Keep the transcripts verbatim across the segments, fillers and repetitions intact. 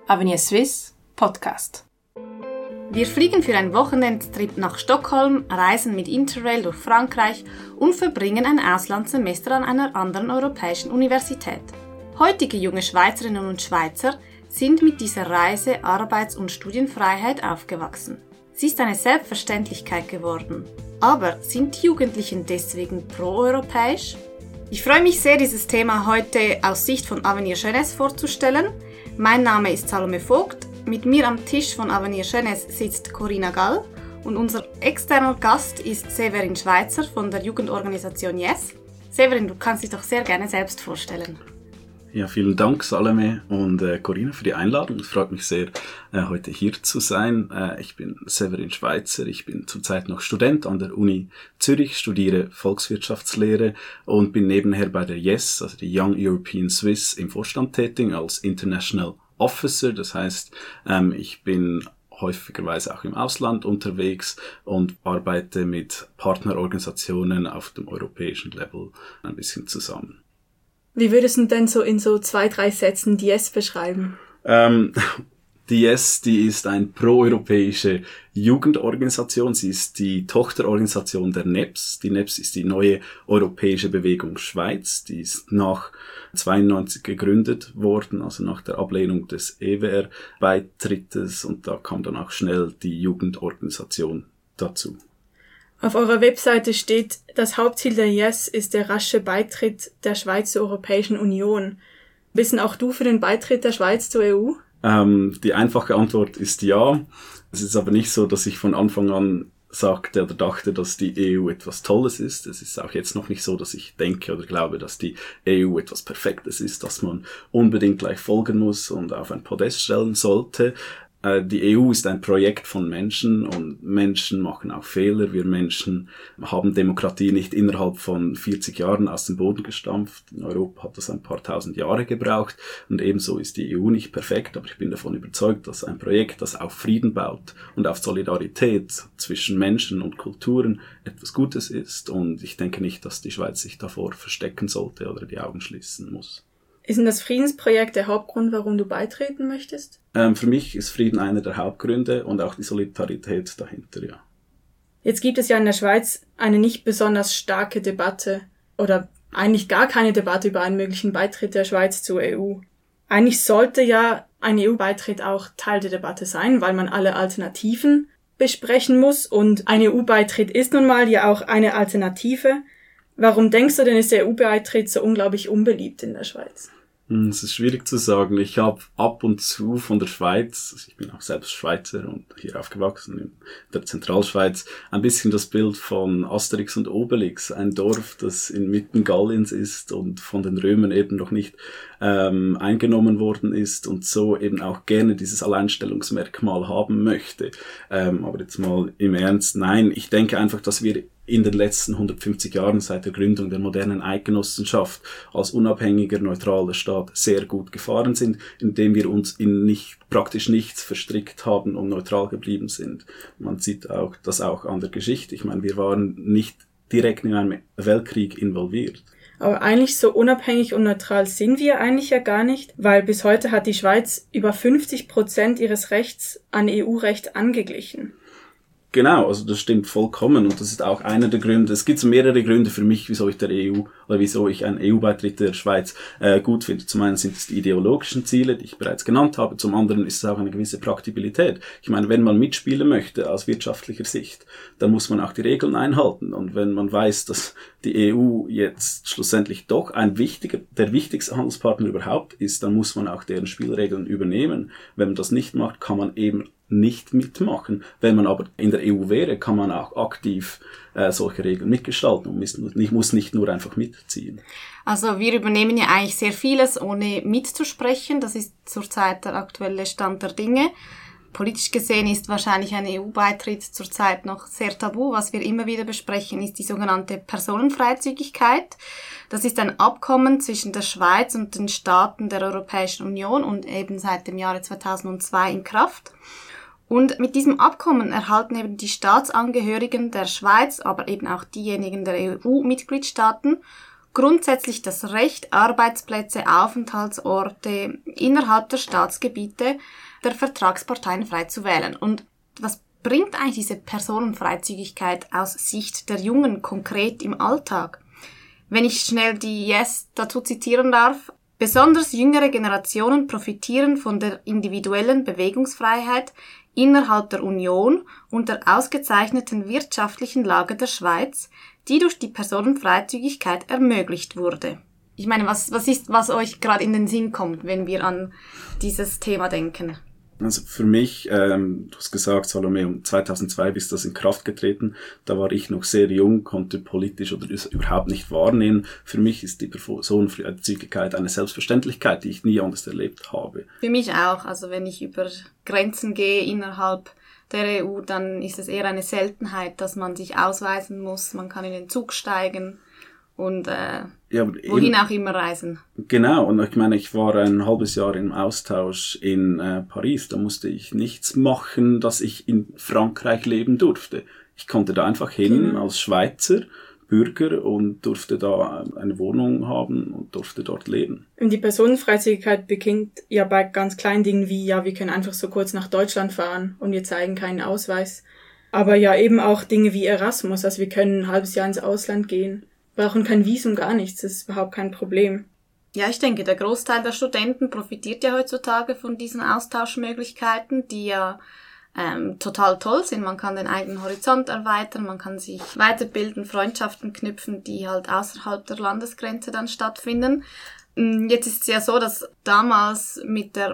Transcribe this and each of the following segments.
Avenir Suisse Podcast. Wir fliegen für einen Wochenendtrip nach Stockholm, reisen mit Interrail durch Frankreich und verbringen ein Auslandssemester an einer anderen europäischen Universität. Heutige junge Schweizerinnen und Schweizer sind mit dieser Reise Arbeits- und Studienfreiheit aufgewachsen. Sie ist eine Selbstverständlichkeit geworden. Aber sind die Jugendlichen deswegen proeuropäisch? Ich freue mich sehr, dieses Thema heute aus Sicht von Avenir Jeunesse vorzustellen. Mein Name ist Salome Vogt. Mit mir am Tisch von Avenir Jeunesse sitzt Corinna Gall und unser externer Gast ist Severin Schweizer von der Jugendorganisation Yes. Severin, du kannst dich doch sehr gerne selbst vorstellen. Ja, vielen Dank Salome und äh, Corinna für die Einladung. Es freut mich sehr, äh, heute hier zu sein. Äh, ich bin Severin Schweizer, ich bin zurzeit noch Student an der Uni Zürich, studiere Volkswirtschaftslehre und bin nebenher bei der Yes, also die Young European Swiss, im Vorstand tätig als International Officer. Das heißt, ähm, ich bin häufigerweise auch im Ausland unterwegs und arbeite mit Partnerorganisationen auf dem europäischen Level ein bisschen zusammen. Wie würdest du denn so in so zwei, drei Sätzen die Yes beschreiben? Ähm, die Yes, die ist eine proeuropäische Jugendorganisation. Sie ist die Tochterorganisation der N E P S. Die N E P S ist die neue Europäische Bewegung Schweiz. Die ist nach zweiundneunzig gegründet worden, also nach der Ablehnung des E W R-Beitrittes. Und da kam dann auch schnell die Jugendorganisation dazu. Auf eurer Webseite steht, das Hauptziel der Yes ist der rasche Beitritt der Schweiz zur Europäischen Union. Bist denn auch du für den Beitritt der Schweiz zur E U? Ähm, die einfache Antwort ist ja. Es ist aber nicht so, dass ich von Anfang an sagte oder dachte, dass die E U etwas Tolles ist. Es ist auch jetzt noch nicht so, dass ich denke oder glaube, dass die E U etwas Perfektes ist, dass man unbedingt gleich folgen muss und auf ein Podest stellen sollte. Die E U ist ein Projekt von Menschen und Menschen machen auch Fehler. Wir Menschen haben Demokratie nicht innerhalb von vierzig Jahren aus dem Boden gestampft. In Europa hat das ein paar tausend Jahre gebraucht und ebenso ist die E U nicht perfekt, aber ich bin davon überzeugt, dass ein Projekt, das auf Frieden baut und auf Solidarität zwischen Menschen und Kulturen etwas Gutes ist und ich denke nicht, dass die Schweiz sich davor verstecken sollte oder die Augen schließen muss. Ist denn das Friedensprojekt der Hauptgrund, warum du beitreten möchtest? Ähm, für mich ist Frieden einer der Hauptgründe und auch die Solidarität dahinter, ja. Jetzt gibt es ja in der Schweiz eine nicht besonders starke Debatte oder eigentlich gar keine Debatte über einen möglichen Beitritt der Schweiz zur E U. Eigentlich sollte ja ein E U-Beitritt auch Teil der Debatte sein, weil man alle Alternativen besprechen muss und ein E U-Beitritt ist nun mal ja auch eine Alternative. Warum denkst du denn, ist der E U-Beitritt so unglaublich unbeliebt in der Schweiz? Es ist schwierig zu sagen. Ich habe ab und zu von der Schweiz, also ich bin auch selbst Schweizer und hier aufgewachsen in der Zentralschweiz, ein bisschen das Bild von Asterix und Obelix, ein Dorf, das inmitten Galliens ist und von den Römern eben noch nicht ähm, eingenommen worden ist und so eben auch gerne dieses Alleinstellungsmerkmal haben möchte. Ähm, aber jetzt mal im Ernst, nein, ich denke einfach, dass wir in den letzten hundertfünfzig Jahren seit der Gründung der modernen Eidgenossenschaft als unabhängiger, neutraler Staat sehr gut gefahren sind, indem wir uns in nicht, praktisch nichts verstrickt haben und neutral geblieben sind. Man sieht auch das auch an der Geschichte. Ich meine, wir waren nicht direkt in einem Weltkrieg involviert. Aber eigentlich so unabhängig und neutral sind wir eigentlich ja gar nicht, weil bis heute hat die Schweiz über fünfzig Prozent ihres Rechts an E U-Recht angeglichen. Genau, also das stimmt vollkommen und das ist auch einer der Gründe. Es gibt so mehrere Gründe für mich, wieso ich der E U oder wieso ich einen E U-Beitritt der Schweiz äh, gut finde. Zum einen sind es die ideologischen Ziele, die ich bereits genannt habe. Zum anderen ist es auch eine gewisse Praktikabilität. Ich meine, wenn man mitspielen möchte aus wirtschaftlicher Sicht, dann muss man auch die Regeln einhalten. Und wenn man weiß, dass die E U jetzt schlussendlich doch ein wichtiger, der wichtigste Handelspartner überhaupt ist, dann muss man auch deren Spielregeln übernehmen. Wenn man das nicht macht, kann man eben nicht mitmachen. Wenn man aber in der E U wäre, kann man auch aktiv äh, solche Regeln mitgestalten und muss nicht, muss nicht nur einfach mitziehen. Also wir übernehmen ja eigentlich sehr vieles, ohne mitzusprechen. Das ist zurzeit der aktuelle Stand der Dinge. Politisch gesehen ist wahrscheinlich ein E U-Beitritt zurzeit noch sehr tabu. Was wir immer wieder besprechen, ist die sogenannte Personenfreizügigkeit. Das ist ein Abkommen zwischen der Schweiz und den Staaten der Europäischen Union und eben seit dem Jahre zweitausendzwei in Kraft. Und mit diesem Abkommen erhalten eben die Staatsangehörigen der Schweiz, aber eben auch diejenigen der E U-Mitgliedstaaten grundsätzlich das Recht, Arbeitsplätze, Aufenthaltsorte innerhalb der Staatsgebiete der Vertragsparteien frei zu wählen. Und was bringt eigentlich diese Personenfreizügigkeit aus Sicht der Jungen konkret im Alltag? Wenn ich schnell die Yes dazu zitieren darf: Besonders jüngere Generationen profitieren von der individuellen Bewegungsfreiheit innerhalb der Union und der ausgezeichneten wirtschaftlichen Lage der Schweiz, die durch die Personenfreizügigkeit ermöglicht wurde. Ich meine, was, was ist, was euch gerade in den Sinn kommt, wenn wir an dieses Thema denken? Also für mich, ähm, du hast gesagt, Salome, um zweitausendzwei ist das in Kraft getreten. Da war ich noch sehr jung, konnte politisch oder das überhaupt nicht wahrnehmen. Für mich ist die Personenfreizügigkeit eine Selbstverständlichkeit, die ich nie anders erlebt habe. Für mich auch. Also wenn ich über Grenzen gehe innerhalb der E U, dann ist es eher eine Seltenheit, dass man sich ausweisen muss. Man kann in den Zug steigen und äh, ja, wohin eben, auch immer reisen. Genau, und ich meine, ich war ein halbes Jahr im Austausch in äh, Paris. Da musste ich nichts machen, dass ich in Frankreich leben durfte. Ich konnte da einfach hin genau. als Schweizer Bürger und durfte da eine Wohnung haben und durfte dort leben. Und die Personenfreizügigkeit beginnt ja bei ganz kleinen Dingen wie, ja, wir können einfach so kurz nach Deutschland fahren und wir zeigen keinen Ausweis. Aber ja eben auch Dinge wie Erasmus, also wir können ein halbes Jahr ins Ausland gehen, brauchen kein Visum, gar nichts, das ist überhaupt kein Problem. Ja, ich denke, der Großteil der Studenten profitiert ja heutzutage von diesen Austauschmöglichkeiten, die ja ähm, total toll sind. Man kann den eigenen Horizont erweitern, man kann sich weiterbilden, Freundschaften knüpfen, die halt außerhalb der Landesgrenze dann stattfinden. Jetzt ist es ja so, dass damals mit der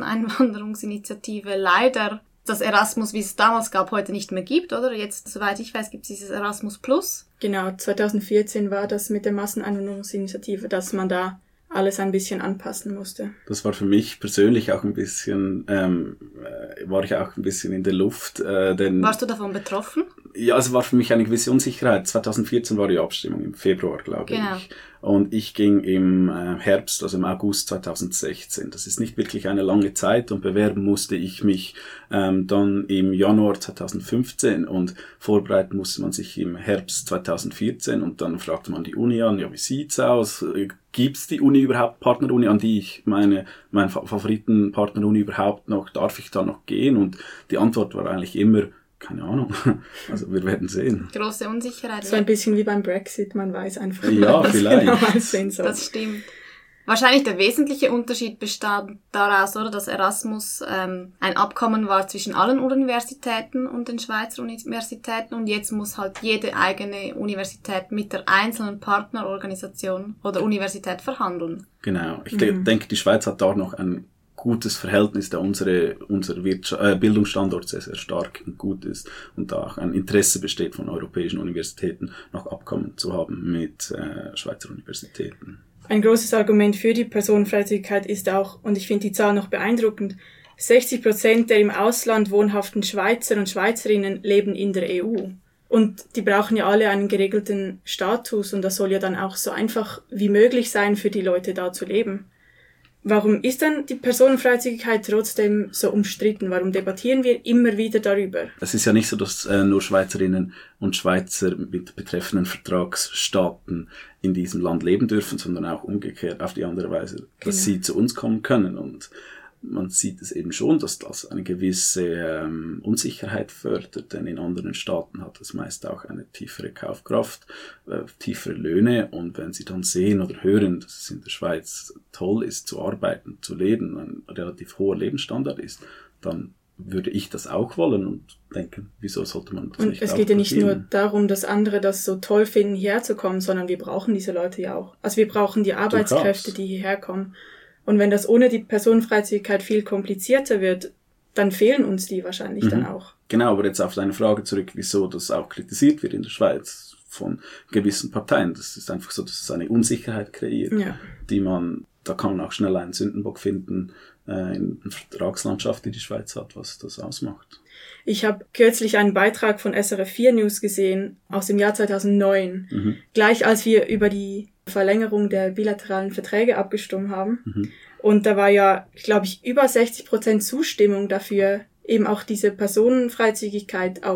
Masseneinwanderungsinitiative leider das Erasmus, wie es damals gab, heute nicht mehr gibt, oder? Jetzt, soweit ich weiß, gibt es dieses Erasmus Plus. Genau, zweitausendvierzehn war das mit der Masseneinwanderungsinitiative, dass man da alles ein bisschen anpassen musste. Das war für mich persönlich auch ein bisschen, ähm, war ich auch ein bisschen in der Luft. Äh, denn Warst du davon betroffen? Ja, es war für mich eine gewisse Unsicherheit. zweitausendvierzehn war die Abstimmung, im Februar, glaube genau. ich. Und ich ging im Herbst, also im August zweitausendsechzehn. Das ist nicht wirklich eine lange Zeit und bewerben musste ich mich ähm, dann im Januar zweitausendfünfzehn und vorbereiten musste man sich im Herbst zweitausendvierzehn und dann fragte man die Uni an, ja, wie sieht's aus? Gibt's die Uni überhaupt, Partneruni, an die ich meine, meine Favoritenpartneruni überhaupt noch, darf ich da noch gehen? Und die Antwort war eigentlich immer, keine Ahnung. Also wir werden sehen. Große Unsicherheit. So ein bisschen wie beim Brexit, man weiß einfach ja, nicht, vielleicht. Genau aussehen soll. Das stimmt. Wahrscheinlich der wesentliche Unterschied bestand daraus, oder, dass Erasmus ähm, ein Abkommen war zwischen allen Universitäten und den Schweizer Universitäten und jetzt muss halt jede eigene Universität mit der einzelnen Partnerorganisation oder Universität verhandeln. Genau. Ich mhm. denke, die Schweiz hat da noch ein gutes Verhältnis, da unsere, unser Wirtschaft, äh, Bildungsstandort sehr, sehr stark und gut ist und da auch ein Interesse besteht von europäischen Universitäten, noch Abkommen zu haben mit äh, Schweizer Universitäten. Ein großes Argument für die Personenfreizügigkeit ist auch, und ich finde die Zahl noch beeindruckend, sechzig Prozent der im Ausland wohnhaften Schweizer und Schweizerinnen leben in der E U. Und die brauchen ja alle einen geregelten Status und das soll ja dann auch so einfach wie möglich sein, für die Leute da zu leben. Warum ist dann die Personenfreizügigkeit trotzdem so umstritten? Warum debattieren wir immer wieder darüber? Es ist ja nicht so, dass äh, nur Schweizerinnen und Schweizer mit betreffenden Vertragsstaaten in diesem Land leben dürfen, sondern auch umgekehrt auf die andere Weise, dass genau. sie zu uns kommen können. Und man sieht es eben schon, dass das eine gewisse ähm, Unsicherheit fördert, denn in anderen Staaten hat es meist auch eine tiefere Kaufkraft, äh, tiefere Löhne und wenn sie dann sehen oder hören, dass es in der Schweiz toll ist zu arbeiten, zu leben, ein relativ hoher Lebensstandard ist, dann würde ich das auch wollen und denken, wieso sollte man das und nicht es geht ja nicht nur darum, dass andere das so toll finden, hierher zu kommen, sondern wir brauchen diese Leute ja auch. Also wir brauchen die Arbeitskräfte, die hierher kommen. Und wenn das ohne die Personenfreizügigkeit viel komplizierter wird, dann fehlen uns die wahrscheinlich mhm. dann auch. Genau, aber jetzt auf deine Frage zurück, wieso das auch kritisiert wird in der Schweiz von gewissen Parteien. Das ist einfach so, dass es eine Unsicherheit kreiert, ja. die man, da kann man auch schnell einen Sündenbock finden äh, in der Vertragslandschaft, die die Schweiz hat, was das ausmacht. Ich habe kürzlich einen Beitrag von S R F vier News gesehen, aus dem Jahr zweitausendneun, mhm. gleich als wir über die Verlängerung der bilateralen Verträge abgestimmt haben. Mhm. Und da war ja, glaube ich, über sechzig Prozent Zustimmung dafür, eben auch diese Personenfreizügigkeit auf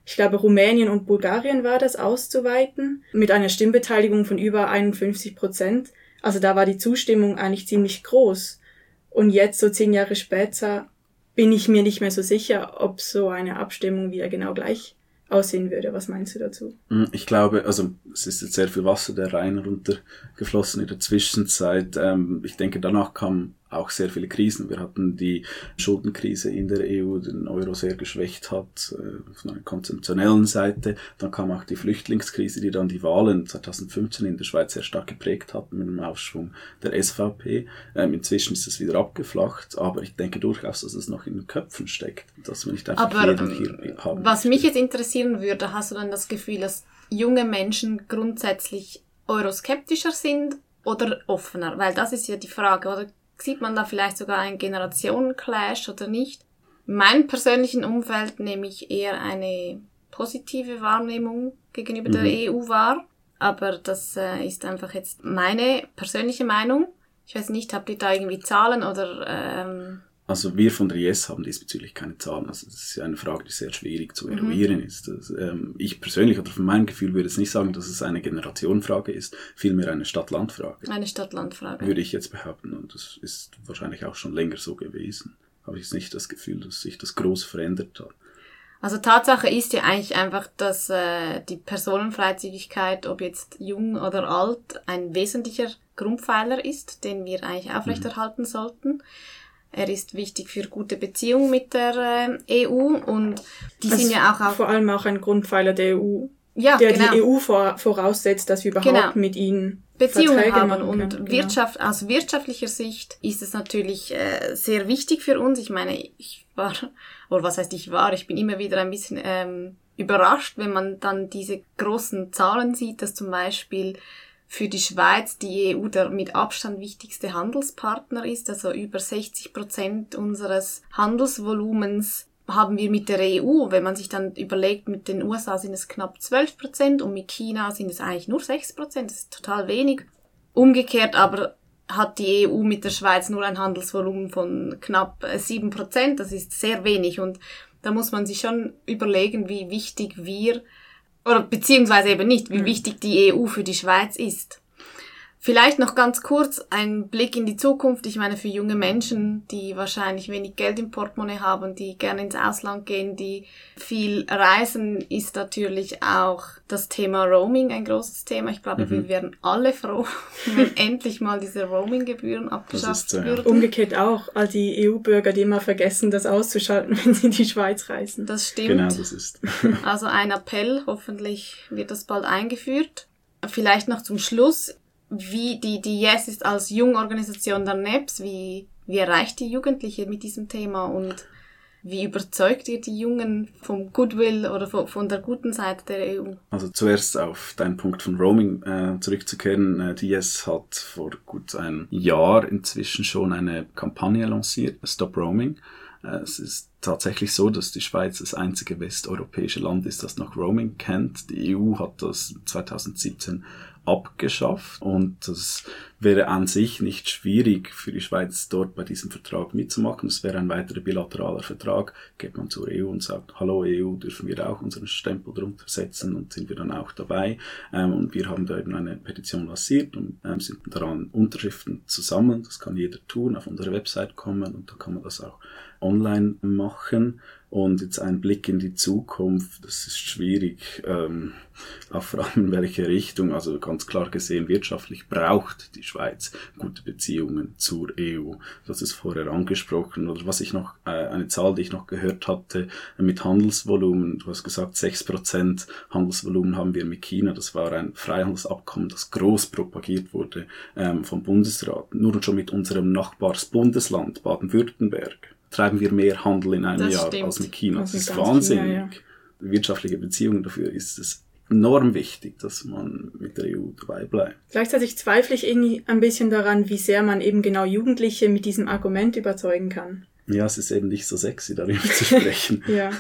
ich glaube Rumänien und Bulgarien war das, auszuweiten, mit einer Stimmbeteiligung von über einundfünfzig Prozent. Also da war die Zustimmung eigentlich ziemlich groß. Und jetzt, so zehn Jahre später, bin ich mir nicht mehr so sicher, ob so eine Abstimmung wieder genau gleich aussehen würde. Was meinst du dazu? Ich glaube, also es ist jetzt sehr viel Wasser der Rhein runtergeflossen in der Zwischenzeit. Ich denke, danach kam auch sehr viele Krisen. Wir hatten die Schuldenkrise in der E U, die den Euro sehr geschwächt hat, von einer konzeptionellen Seite. Dann kam auch die Flüchtlingskrise, die dann die Wahlen zwanzig fünfzehn in der Schweiz sehr stark geprägt hat mit dem Aufschwung der S V P. Ähm, inzwischen ist es wieder abgeflacht, aber ich denke durchaus, dass es noch in den Köpfen steckt, dass wir nicht einfach aber, jeden hier haben. Was mich jetzt interessieren würde, hast du dann das Gefühl, dass junge Menschen grundsätzlich euroskeptischer sind oder offener? Weil das ist ja die Frage, oder sieht man da vielleicht sogar einen Generationenclash oder nicht? In meinem persönlichen Umfeld nehme ich eher eine positive Wahrnehmung gegenüber mhm. der E U wahr. Aber das äh, ist einfach jetzt meine persönliche Meinung. Ich weiß nicht, habt ihr da irgendwie Zahlen oder... Ähm Also wir von der I S haben diesbezüglich keine Zahlen. Also das ist ja eine Frage, die sehr schwierig zu eruieren mhm. ist. Das, ähm, ich persönlich oder von meinem Gefühl würde jetzt nicht sagen, dass es eine Generationenfrage ist, vielmehr eine Stadt-Land-Frage. Eine Stadt-Land-Frage. Würde ich jetzt behaupten. Und das ist wahrscheinlich auch schon länger so gewesen. Habe ich jetzt nicht das Gefühl, dass sich das groß verändert hat. Also Tatsache ist ja eigentlich einfach, dass äh, die Personenfreizügigkeit, ob jetzt jung oder alt, ein wesentlicher Grundpfeiler ist, den wir eigentlich aufrechterhalten mhm. sollten. Er ist wichtig für gute Beziehungen mit der äh, E U und die also sind ja auch, auch... Vor allem auch ein Grundpfeiler der E U, ja, der genau. die E U vor, voraussetzt, dass wir überhaupt genau. mit ihnen Beziehungen Verträge haben. machen Und können. Wirtschaft, genau. aus wirtschaftlicher Sicht ist es natürlich äh, sehr wichtig für uns. Ich meine, ich war, oder was heißt ich war, ich bin immer wieder ein bisschen ähm, überrascht, wenn man dann diese großen Zahlen sieht, dass zum Beispiel für die Schweiz die E U der mit Abstand wichtigste Handelspartner ist. Also über sechzig Prozent unseres Handelsvolumens haben wir mit der E U. Wenn man sich dann überlegt, mit den U S A sind es knapp zwölf Prozent und mit China sind es eigentlich nur sechs Prozent. Das ist total wenig. Umgekehrt aber hat die E U mit der Schweiz nur ein Handelsvolumen von knapp sieben Prozent. Das ist sehr wenig und da muss man sich schon überlegen, wie wichtig wir oder beziehungsweise eben nicht, wie wichtig die E U für die Schweiz ist. Vielleicht noch ganz kurz ein Blick in die Zukunft. Ich meine, für junge Menschen, die wahrscheinlich wenig Geld im Portemonnaie haben, die gerne ins Ausland gehen, die viel reisen, ist natürlich auch das Thema Roaming ein großes Thema. Ich glaube, mhm. wir wären alle froh, wenn endlich mal diese Roaming-Gebühren abgeschafft so, ja. würden. Umgekehrt auch, all die E U-Bürger, die immer vergessen, das auszuschalten, wenn sie in die Schweiz reisen. Das stimmt. Genau, das ist. Also ein Appell, hoffentlich wird das bald eingeführt. Vielleicht noch zum Schluss. Wie die, die Yes ist als Jungorganisation der N E B S, wie, wie erreicht die Jugendliche mit diesem Thema und wie überzeugt ihr die Jungen vom Goodwill oder von, von der guten Seite der E U? Also zuerst auf deinen Punkt von Roaming äh, zurückzukehren. Äh, die Yes hat vor gut einem Jahr inzwischen schon eine Kampagne lanciert, Stop Roaming. Äh, es ist tatsächlich so, dass die Schweiz das einzige westeuropäische Land ist, das noch Roaming kennt. Die E U hat das zwanzig siebzehn abgeschafft und das wäre an sich nicht schwierig für die Schweiz dort bei diesem Vertrag mitzumachen. Es wäre ein weiterer bilateraler Vertrag, geht man zur E U und sagt, hallo E U, dürfen wir auch unseren Stempel drunter setzen und sind wir dann auch dabei. Ähm, und wir haben da eben eine Petition lanciert und ähm, sind daran, Unterschriften zu sammeln. Das kann jeder tun, auf unsere Website kommen und da kann man das auch online machen. Und jetzt ein Blick in die Zukunft, das ist schwierig, ähm, auch vor allem in welche Richtung. Also ganz klar gesehen, wirtschaftlich braucht die Schweiz gute Beziehungen zur E U. Das ist vorher angesprochen. Oder was ich noch, äh, eine Zahl, die ich noch gehört hatte, mit Handelsvolumen. Du hast gesagt, sechs Prozent Handelsvolumen haben wir mit China. Das war ein Freihandelsabkommen, das groß propagiert wurde ähm, vom Bundesrat. Nur schon mit unserem Nachbarsbundesland Baden-Württemberg treiben wir mehr Handel in einem das Jahr stimmt. als mit China. Das, das ist wahnsinnig. China, ja. Wirtschaftliche Beziehungen, dafür ist es enorm wichtig, dass man mit der E U dabei bleibt. Gleichzeitig zweifle ich irgendwie ein bisschen daran, wie sehr man eben genau Jugendliche mit diesem Argument überzeugen kann. Ja, es ist eben nicht so sexy, darüber zu sprechen. Ja.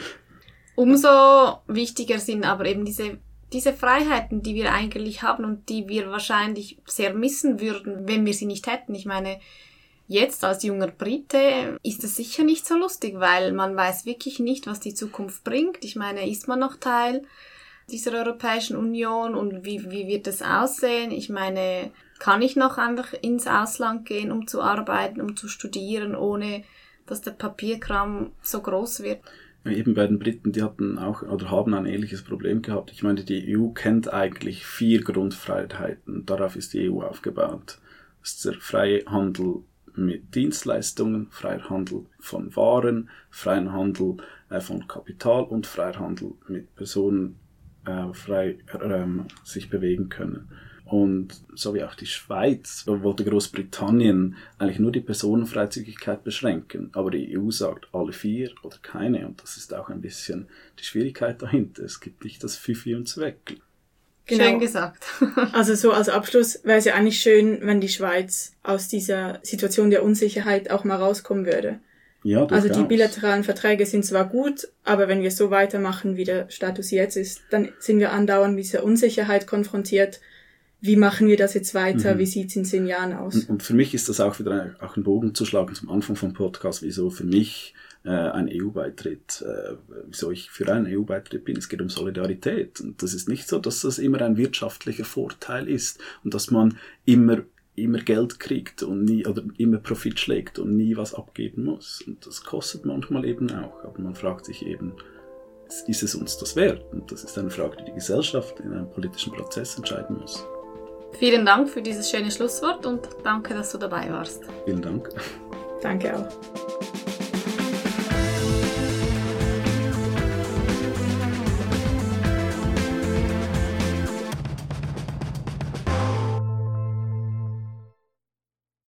Umso wichtiger sind aber eben diese diese Freiheiten, die wir eigentlich haben und die wir wahrscheinlich sehr missen würden, wenn wir sie nicht hätten. Ich meine, Jetzt als junger Brite ist es sicher nicht so lustig, weil man weiß wirklich nicht, was die Zukunft bringt. Ich meine, ist man noch Teil dieser Europäischen Union und wie, wie wird es aussehen? Ich meine, kann ich noch einfach ins Ausland gehen, um zu arbeiten, um zu studieren, ohne dass der Papierkram so groß wird? Ja, eben bei den Briten, die hatten auch oder haben ein ähnliches Problem gehabt. Ich meine, die E U kennt eigentlich vier Grundfreiheiten. Darauf ist die E U aufgebaut. Das ist der freie Handel mit Dienstleistungen, freier Handel von Waren, freier Handel äh, von Kapital und freier Handel mit Personen äh, frei äh, sich bewegen können. Und so wie auch die Schweiz wollte Großbritannien eigentlich nur die Personenfreizügigkeit beschränken. Aber die E U sagt alle vier oder keine. Und das ist auch ein bisschen die Schwierigkeit dahinter. Es gibt nicht das Fifi und Zweckel. Genau. Schön gesagt. Also so als Abschluss wäre es ja eigentlich schön, wenn die Schweiz aus dieser Situation der Unsicherheit auch mal rauskommen würde. Ja, also die bilateralen Verträge sind zwar gut, aber wenn wir so weitermachen, wie der Status jetzt ist, dann sind wir andauernd mit dieser Unsicherheit konfrontiert. Wie machen wir das jetzt weiter? Mhm. Wie sieht es in zehn Jahren aus? Und, und für mich ist das auch wieder ein, auch ein Bogen zu schlagen zum Anfang vom Podcast, wieso für mich äh, ein E U-Beitritt, äh, wieso ich für einen E U-Beitritt bin. Es geht um Solidarität. Und das ist nicht so, dass das immer ein wirtschaftlicher Vorteil ist und dass man immer immer Geld kriegt und nie oder immer Profit schlägt und nie was abgeben muss. Und das kostet manchmal eben auch. Aber man fragt sich eben, ist es uns das wert? Und das ist eine Frage, die die Gesellschaft in einem politischen Prozess entscheiden muss. Vielen Dank für dieses schöne Schlusswort und danke, dass du dabei warst. Vielen Dank. Danke auch.